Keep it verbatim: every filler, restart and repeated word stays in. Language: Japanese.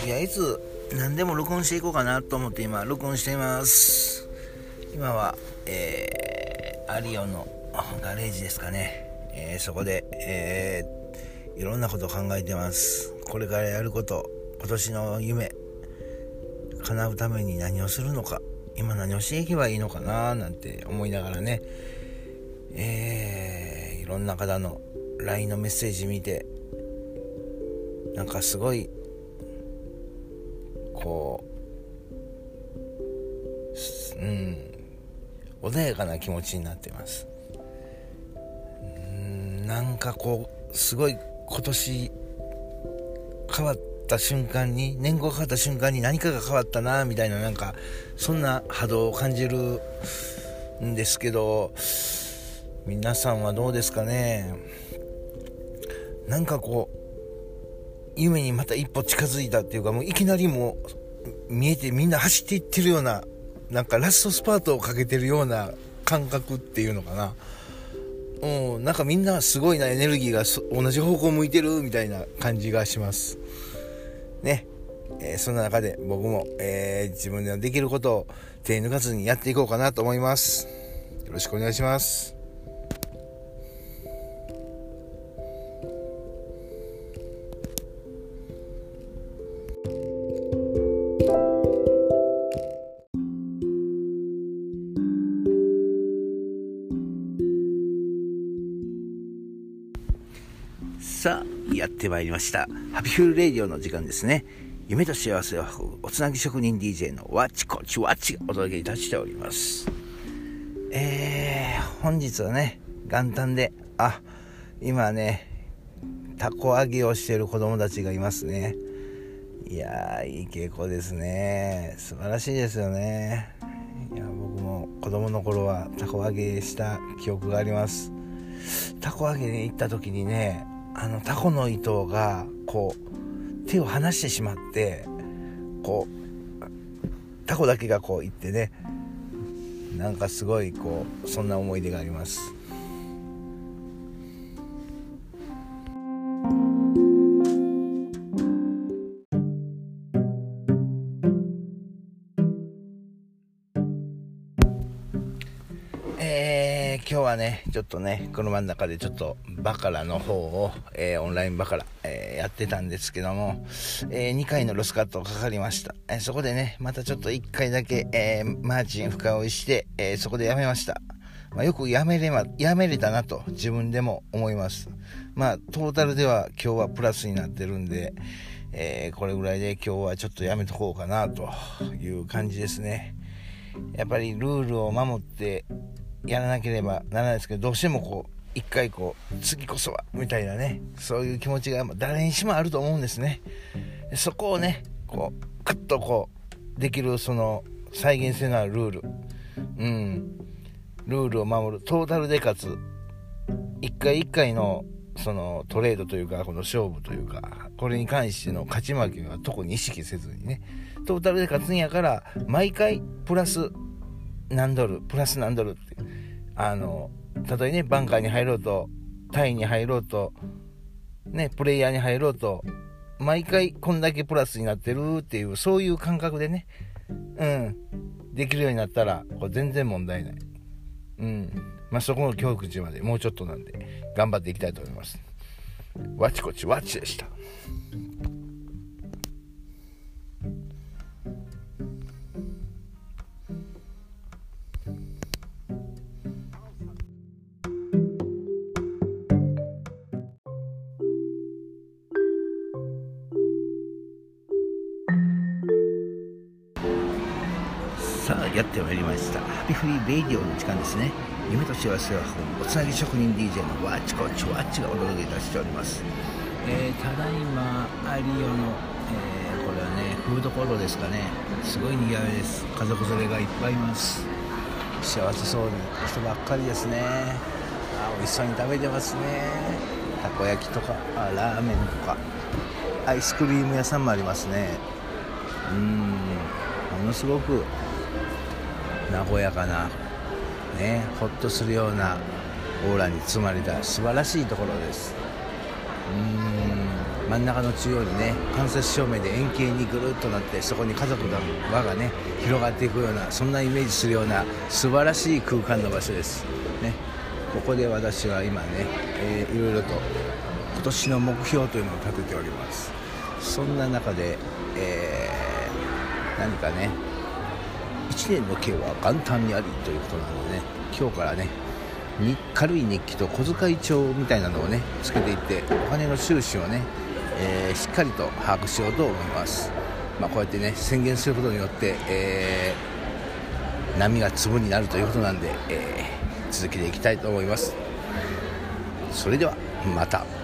りあえず何でも録音していこうかなと思って今録音しています。今は、えー、アリオのガレージですかね、えー、そこで、えー、いろんなことを考えてます。これからやること、今年の夢叶うために何をするのか、今何をしていけばいいのかななんて思いながらね、えー、いろんな方の ライン のメッセージ見て、なんかすごいこう、うん、穏やかな気持ちになってます。うーんなんかこうすごい今年変わった瞬間に、年号が変わった瞬間に何かが変わったなみたいな、なんかそんな波動を感じるんですけど、皆さんはどうですかね。なんかこう夢にまた一歩近づいたっていうか、もういきなりもう見えてみんな走っていってるような、なんかラストスパートをかけてるような感覚っていうのかな。うん、なんかみんなすごいな、エネルギーが同じ方向を向いてるみたいな感じがしますね。えー、そんな中で僕も、えー、自分でできることを手抜かずにやっていこうかなと思います。よろしくお願いします。さあやってまいりました、ハピフルレディオの時間ですね。夢と幸せを運ぶおつなぎ職人 ディージェー のわちこちわちがお届けいたしております。えー、本日はね元旦で、あ今ねたこ揚げをしている子供たちがいますね。いやーいい傾向ですね。素晴らしいですよね。いや僕も子供の頃はたこ揚げした記憶があります。たこ揚げに行った時にね、あのタコの糸がこう手を離してしまって、こうタコだけがこういってね、なんかすごいこうそんな思い出があります。えー、今日はねちょっとね車の中でちょっとバカラの方を、えー、オンラインバカラ、えー、やってたんですけども、えー、にかいのロスカットがかかりました。えー、そこでねまたちょっといっかいだけ、えー、マーチン深追いして、えー、そこでやめました。まあ、よくやめれまやめれたなと自分でも思います。まあトータルでは今日はプラスになってるんで、えー、これぐらいで今日はちょっとやめとこうかなという感じですね。やっぱりルールを守ってやらなければならないですけど、どうしてもこう一回こう次こそはみたいなね、そういう気持ちが誰にしもあると思うんですね。そこをねこうクッとこうできるその再現性のあるルール、うんルールを守る、トータルで勝つ、一回一回のそのトレードというか、この勝負というか、これに関しての勝ち負けは特に意識せずにね、トータルで勝つんやから毎回プラス何ドルプラス何ドルって、あのたとえねバンカーに入ろうとタイに入ろうとねプレイヤーに入ろうと、毎回こんだけプラスになってるっていう、そういう感覚でね、うんできるようになったらこれ全然問題ない。うんまあそこの教育値までもうちょっとなんで頑張っていきたいと思います。わちこちわちでした。さあやってまいりました、ハピフリーレディオの時間ですね。夢と幸せを運ぶおつなぎ職人 ディージェー のわちこちわちがお届けいたしております。えー、ただいまアリオの、えー、これはねフードコートですかね。すごい賑わいです。家族連れがいっぱいいます。幸せそうに人ばっかりですね。あ美味しそうに食べてますね。たこ焼きとかあラーメンとかアイスクリーム屋さんもありますね。うーんものすごく和やかなね、ほっとするようなオーラに包まれた素晴らしいところです。うーん真ん中の中央にね間接照明で円形にぐるっとなって、そこに家族の輪がね広がっていくような、そんなイメージするような素晴らしい空間の場所ですね。ここで私は今ね、えー、いろいろと今年の目標というのを立てております。そんな中で、えー、何かねいちねんの計は元旦にありということなのでね、今日からねに軽い日記と小遣い帳みたいなのをねつけていって、お金の収支をね、えー、しっかりと把握しようと思います。まあ、こうやってね宣言することによって、えー、波が粒になるということなんで、えー、続けていきたいと思います。それではまた。